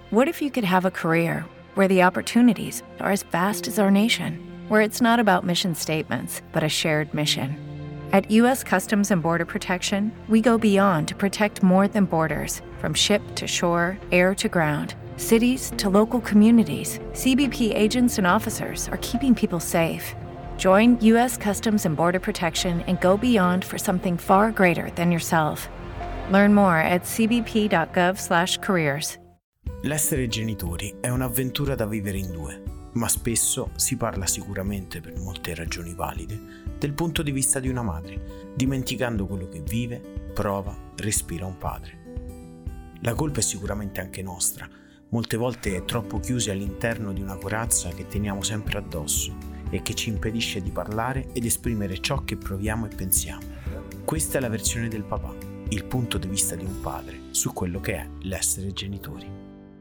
What if you could have a career where the opportunities are as vast as our nation, where it's not about mission statements, but a shared mission? At U.S. Customs and Border Protection, we go beyond to protect more than borders. From ship to shore, air to ground, cities to local communities, CBP agents and officers are keeping people safe. Join U.S. Customs and Border Protection and go beyond for something far greater than yourself. Learn more at cbp.gov/careers. L'essere genitori è un'avventura da vivere in due, ma spesso si parla sicuramente, per molte ragioni valide, del punto di vista di una madre, dimenticando quello che vive, prova, respira un padre. La colpa è sicuramente anche nostra, molte volte troppo chiusi all'interno di una corazza che teniamo sempre addosso e che ci impedisce di parlare ed esprimere ciò che proviamo e pensiamo. Questa è la versione del papà, il punto di vista di un padre su quello che è l'essere genitori.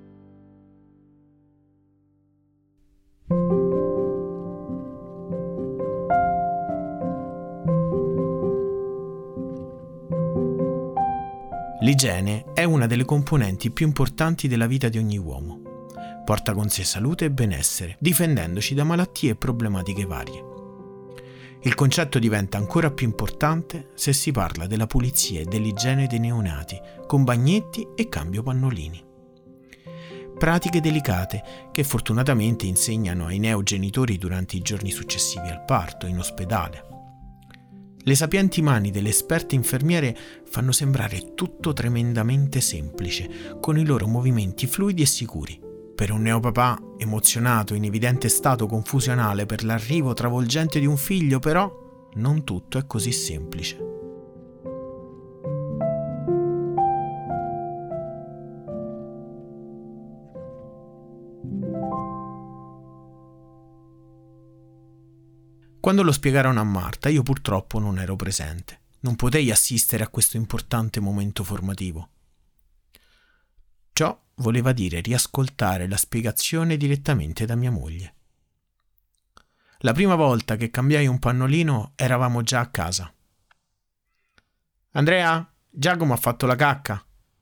L'igiene è una delle componenti più importanti della vita di ogni uomo. Porta con sé salute e benessere, difendendoci da malattie e problematiche varie. Il concetto diventa ancora più importante se si parla della pulizia e dell'igiene dei neonati, con bagnetti e cambio pannolini. Pratiche delicate che fortunatamente insegnano ai neogenitori durante i giorni successivi al parto, in ospedale. Le sapienti mani delle esperte infermiere fanno sembrare tutto tremendamente semplice, con i loro movimenti fluidi e sicuri. Per un neopapà emozionato, in evidente stato confusionale per l'arrivo travolgente di un figlio, però, non tutto è così semplice. Quando lo spiegarono a Marta, io purtroppo non ero presente. Non potei assistere a questo importante momento formativo. Ciò voleva dire riascoltare la spiegazione direttamente da mia moglie. La prima volta che cambiai un pannolino eravamo già a casa. Andrea, Giacomo ha fatto la cacca.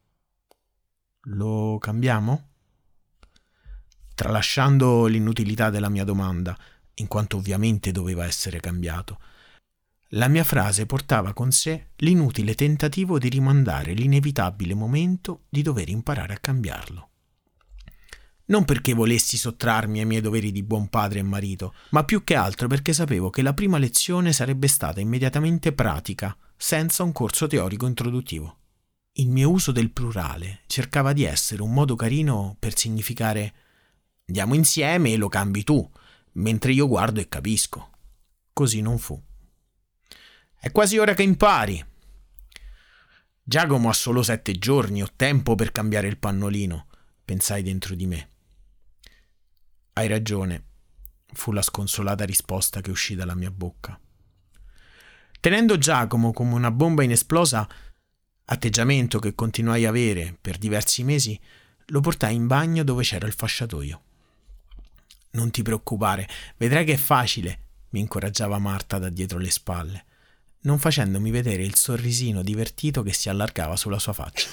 Lo cambiamo? Tralasciando l'inutilità della mia domanda, in quanto ovviamente doveva essere cambiato, la mia frase portava con sé l'inutile tentativo di rimandare l'inevitabile momento di dover imparare a cambiarlo. Non perché volessi sottrarmi ai miei doveri di buon padre e marito, ma più che altro perché sapevo che la prima lezione sarebbe stata immediatamente pratica, senza un corso teorico introduttivo. Il mio uso del plurale cercava di essere un modo carino per significare «andiamo insieme e lo cambi tu», mentre io guardo e capisco. Così non fu. È quasi ora che impari. Giacomo ha solo 7 giorni, ho tempo per cambiare il pannolino, pensai dentro di me. Hai ragione, fu la sconsolata risposta che uscì dalla mia bocca. Tenendo Giacomo come una bomba inesplosa, atteggiamento che continuai a avere per diversi mesi, lo portai in bagno dove c'era il fasciatoio. Non ti preoccupare, vedrai che è facile, mi incoraggiava Marta da dietro le spalle, non facendomi vedere il sorrisino divertito che si allargava sulla sua faccia.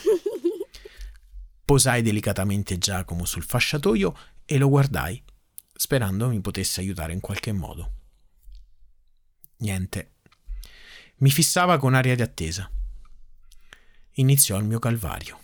Posai delicatamente Giacomo sul fasciatoio e lo guardai, sperando mi potesse aiutare in qualche modo. Niente. Mi fissava con aria di attesa. Iniziò il mio calvario.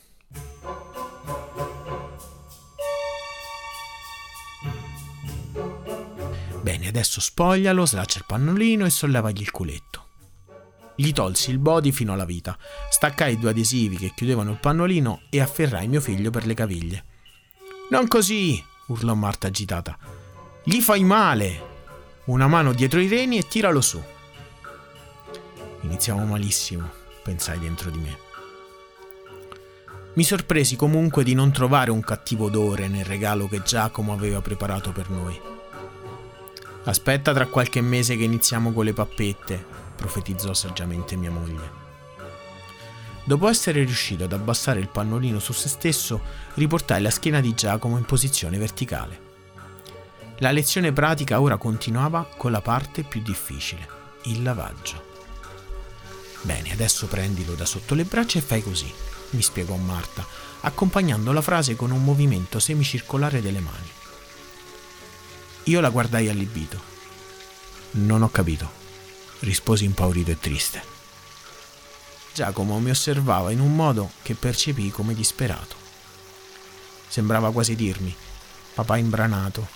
Bene, adesso spoglialo, slaccia il pannolino e sollevagli il culetto. Gli tolsi il body fino alla vita, staccai 2 adesivi che chiudevano il pannolino e afferrai mio figlio per le caviglie. «Non così!» urlò Marta agitata. «Gli fai male! Una mano dietro i reni e tiralo su!» Iniziamo malissimo, pensai dentro di me. Mi sorpresi comunque di non trovare un cattivo odore nel regalo che Giacomo aveva preparato per noi. «Aspetta tra qualche mese che iniziamo con le pappette», profetizzò saggiamente mia moglie. Dopo essere riuscito ad abbassare il pannolino su se stesso, riportai la schiena di Giacomo in posizione verticale. La lezione pratica ora continuava con la parte più difficile, il lavaggio. «Bene, adesso prendilo da sotto le braccia e fai così», mi spiegò Marta, accompagnando la frase con un movimento semicircolare delle mani. Io la guardai allibito. Non ho capito, risposi impaurito e triste. Giacomo mi osservava in un modo che percepii come disperato. Sembrava quasi dirmi: papà imbranato.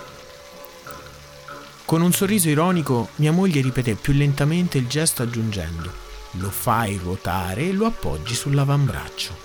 Con un sorriso ironico mia moglie ripeté più lentamente il gesto aggiungendo: lo fai ruotare e lo appoggi sull'avambraccio.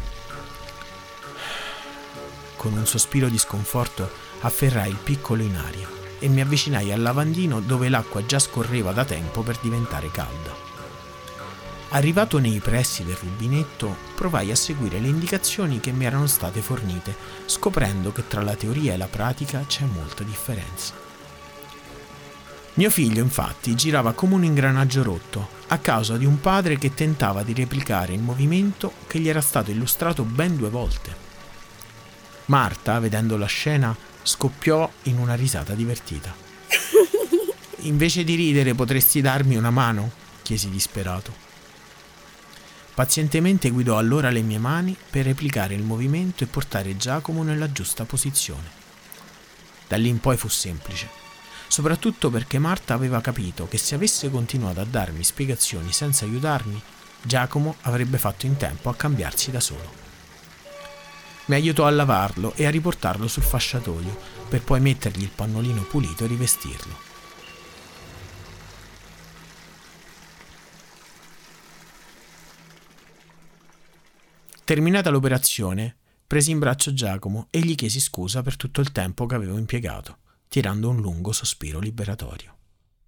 Con un sospiro di sconforto afferrai il piccolo in aria e mi avvicinai al lavandino dove l'acqua già scorreva da tempo per diventare calda. Arrivato nei pressi del rubinetto, provai a seguire le indicazioni che mi erano state fornite, scoprendo che tra la teoria e la pratica c'è molta differenza. Mio figlio, infatti, girava come un ingranaggio rotto, a causa di un padre che tentava di replicare il movimento che gli era stato illustrato ben 2 volte. Marta, vedendo la scena, scoppiò in una risata divertita. Invece di ridere, potresti darmi una mano? Chiesi disperato. Pazientemente guidò allora le mie mani per replicare il movimento e portare Giacomo nella giusta posizione. Da lì in poi fu semplice, soprattutto perché Marta aveva capito che se avesse continuato a darmi spiegazioni senza aiutarmi, Giacomo avrebbe fatto in tempo a cambiarsi da solo. Mi aiutò a lavarlo e a riportarlo sul fasciatoio per poi mettergli il pannolino pulito e rivestirlo. Terminata l'operazione, presi in braccio Giacomo e gli chiesi scusa per tutto il tempo che avevo impiegato, tirando un lungo sospiro liberatorio.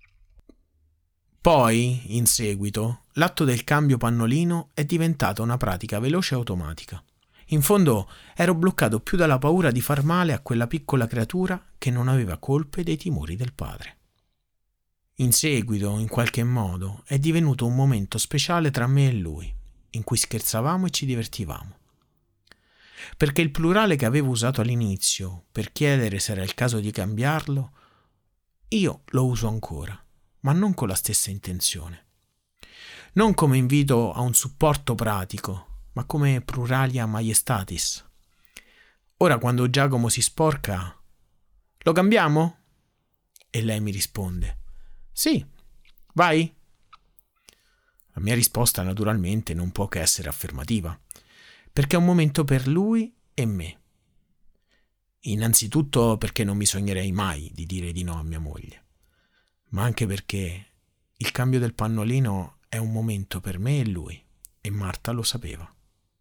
Poi, in seguito, l'atto del cambio pannolino è diventata una pratica veloce e automatica. In fondo ero bloccato più dalla paura di far male a quella piccola creatura che non aveva colpe dei timori del padre. In seguito, in qualche modo, è divenuto un momento speciale tra me e lui, in cui scherzavamo e ci divertivamo. Perché il plurale che avevo usato all'inizio per chiedere se era il caso di cambiarlo, io lo uso ancora, ma non con la stessa intenzione. Non come invito a un supporto pratico, ma come pluralia maiestatis. Ora quando Giacomo si sporca: lo cambiamo? E lei mi risponde: sì, vai. La mia risposta naturalmente non può che essere affermativa, perché è un momento per lui e me. Innanzitutto perché non mi sognerei mai di dire di no a mia moglie, ma anche perché il cambio del pannolino è un momento per me e lui, e Marta lo sapeva.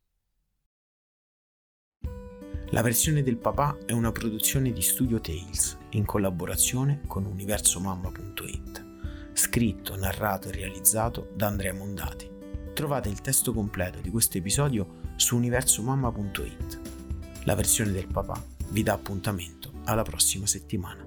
La versione del papà è una produzione di Studio Tales in collaborazione con universomamma.it. Scritto, narrato e realizzato da Andrea Mondati. Trovate il testo completo di questo episodio su universomamma.it. La versione del papà vi dà appuntamento alla prossima settimana.